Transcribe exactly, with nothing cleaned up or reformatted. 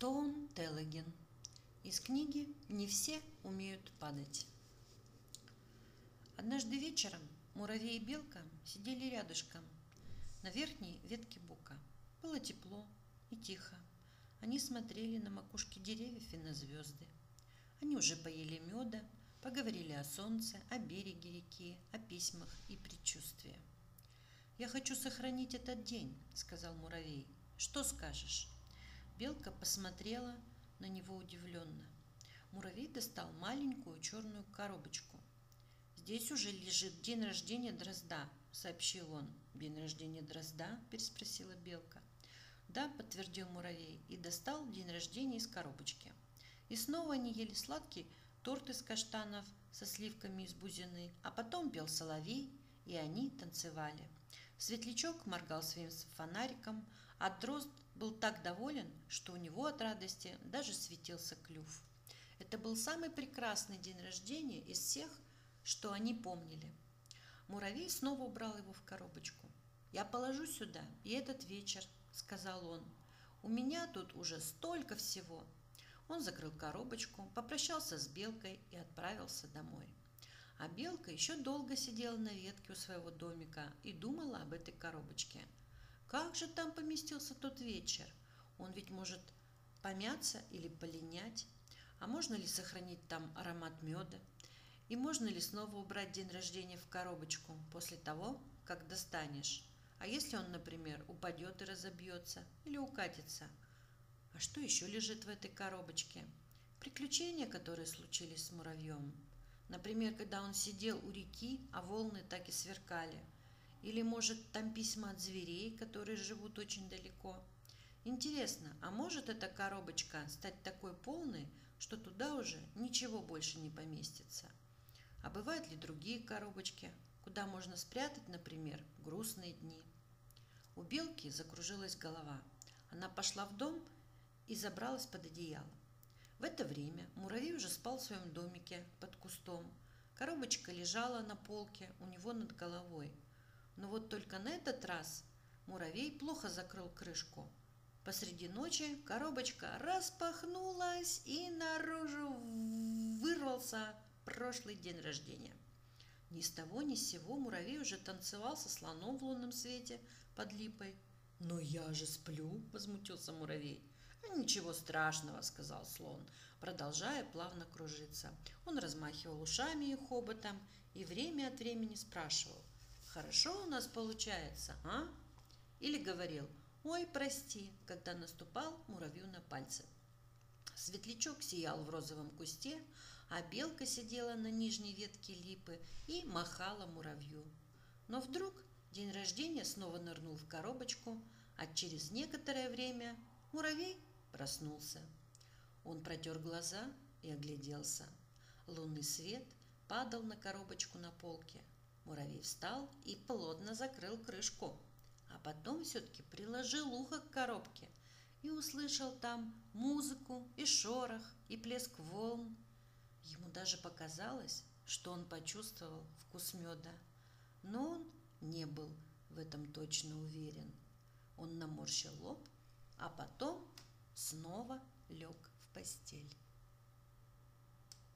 Стоун Теллеген. Из книги «Не все умеют падать». Однажды вечером муравей и белка сидели рядышком на верхней ветке бука. Было тепло и тихо. Они смотрели на макушки деревьев и на звезды. Они уже поели меда, поговорили о солнце, о береге реки, о письмах и предчувствиях. «Я хочу сохранить этот день», — сказал муравей. «Что скажешь?» Белка посмотрела на него удивленно. Муравей достал маленькую черную коробочку. «Здесь уже лежит день рождения дрозда», — сообщил он. «День рождения дрозда?» — переспросила белка. «Да», — подтвердил муравей и достал день рождения из коробочки. И снова они ели сладкий торт из каштанов со сливками из бузины, а потом пел соловей, и они танцевали. Светлячок моргал своим фонариком, а дрозд был так доволен, что у него от радости даже светился клюв. Это был самый прекрасный день рождения из всех, что они помнили. Муравей снова убрал его в коробочку. «Я положу сюда и этот вечер», — сказал он. «У меня тут уже столько всего». Он закрыл коробочку, попрощался с белкой и отправился домой. А белка еще долго сидела на ветке у своего домика и думала об этой коробочке. Как же там поместился тот вечер? Он ведь может помяться или полинять. А можно ли сохранить там аромат меда? И можно ли снова убрать день рождения в коробочку после того, как достанешь? А если он, например, упадет и разобьется или укатится? А что еще лежит в этой коробочке? Приключения, которые случились с муравьем. Например, когда он сидел у реки, а волны так и сверкали. Или, может, там письма от зверей, которые живут очень далеко. Интересно, а может эта коробочка стать такой полной, что туда уже ничего больше не поместится? А бывают ли другие коробочки, куда можно спрятать, например, грустные дни? У белки закружилась голова. Она пошла в дом и забралась под одеяло. В это время муравей уже спал в своем домике под кустом. Коробочка лежала на полке у него над головой. Но вот только на этот раз муравей плохо закрыл крышку. Посреди ночи коробочка распахнулась, и наружу вырвался прошлый день рождения. Ни с того ни с сего муравей уже танцевал со слоном в лунном свете под липой. «Но я же сплю!» – возмутился муравей. «Ничего страшного», — сказал слон, продолжая плавно кружиться. Он размахивал ушами и хоботом и время от времени спрашивал: «Хорошо у нас получается, а?» Или говорил: «Ой, прости», когда наступал муравью на пальцы. Светлячок сиял в розовом кусте, а белка сидела на нижней ветке липы и махала муравью. Но вдруг день рождения снова нырнул в коробочку, а через некоторое время муравей проснулся. Он протер глаза и огляделся. Лунный свет падал на коробочку на полке. Муравей встал и плотно закрыл крышку, а потом все-таки приложил ухо к коробке и услышал там музыку и шорох, и плеск волн. Ему даже показалось, что он почувствовал вкус меда, но он не был в этом точно уверен. Он наморщил лоб, а потом снова лег в постель.